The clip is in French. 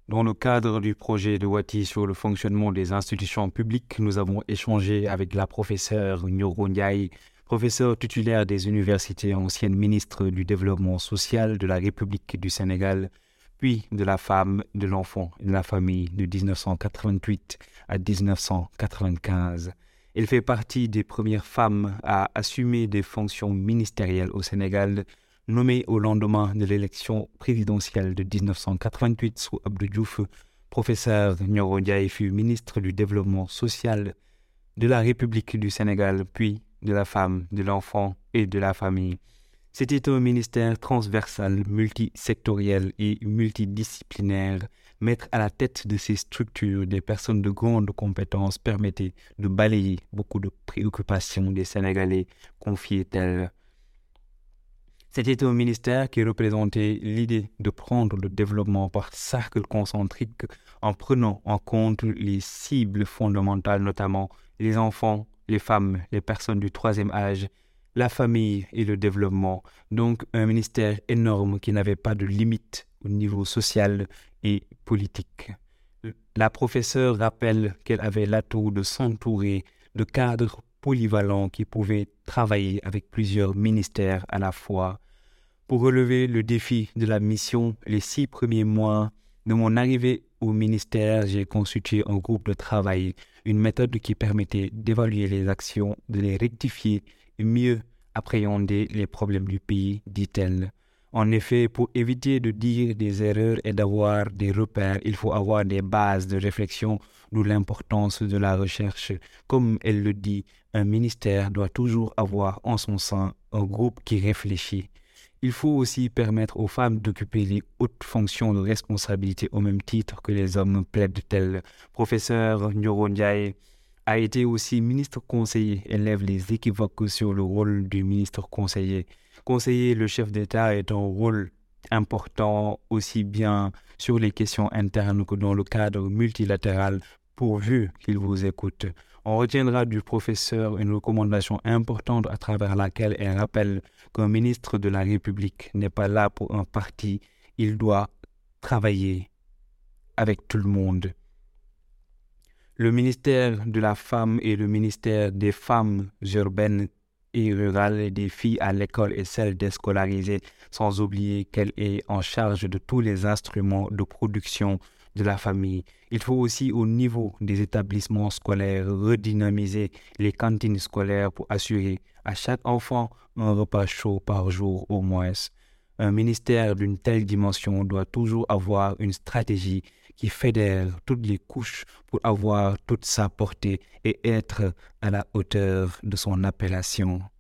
Dans le cadre du projet de Wati sur le fonctionnement des institutions publiques, nous avons échangé avec la professeure Nyoro Ndiaye, professeure titulaire des universités, ancienne ministre du Développement social de la République du Sénégal, puis de la femme, de l'enfant et de la famille de 1988 à 1995. Elle fait partie des premières femmes à assumer des fonctions ministérielles au Sénégal, nommée au lendemain de l'élection présidentielle de 1988 sous Abdou Diouf. Professeur Nyoro Ndiaye fut ministre du Développement social de la République du Sénégal, puis de la femme, de l'enfant et de la famille. C'était un ministère transversal, multisectoriel et multidisciplinaire. Mettre à la tête de ces structures des personnes de grandes compétences permettait de balayer beaucoup de préoccupations des Sénégalais, confiait-elle. C'était un ministère qui représentait l'idée de prendre le développement par cercle concentrique en prenant en compte les cibles fondamentales, notamment les enfants, les femmes, les personnes du troisième âge, la famille et le développement. Donc un ministère énorme qui n'avait pas de limite au niveau social et politique. La professeure rappelle qu'elle avait l'atout de s'entourer de cadres polyvalents qui pouvaient travailler avec plusieurs ministères à la fois. Pour relever le défi de la mission, les 6 premiers mois de mon arrivée au ministère, j'ai constitué un groupe de travail, une méthode qui permettait d'évaluer les actions, de les rectifier et mieux appréhender les problèmes du pays, dit-elle. En effet, pour éviter de dire des erreurs et d'avoir des repères, il faut avoir des bases de réflexion, d'où l'importance de la recherche. Comme elle le dit, un ministère doit toujours avoir en son sein un groupe qui réfléchit. Il faut aussi permettre aux femmes d'occuper les hautes fonctions de responsabilité au même titre que les hommes, plaide-t-elle. Professeur Nyoro Ndiaye a été aussi ministre conseiller et lève les équivoques sur le rôle du ministre conseiller. Conseiller le chef d'État est un rôle important aussi bien sur les questions internes que dans le cadre multilatéral, pourvu qu'il vous écoute. On retiendra du professeur une recommandation importante à travers laquelle elle rappelle qu'un ministre de la République n'est pas là pour un parti, il doit travailler avec tout le monde. Le ministère de la Femme et le ministère des Femmes urbaines et rurales et des filles à l'école et celle des scolarisées, sans oublier qu'elle est en charge de tous les instruments de production de la famille. Il faut aussi au niveau des établissements scolaires redynamiser les cantines scolaires pour assurer à chaque enfant un repas chaud par jour au moins. Un ministère d'une telle dimension doit toujours avoir une stratégie qui fédère toutes les couches pour avoir toute sa portée et être à la hauteur de son appellation.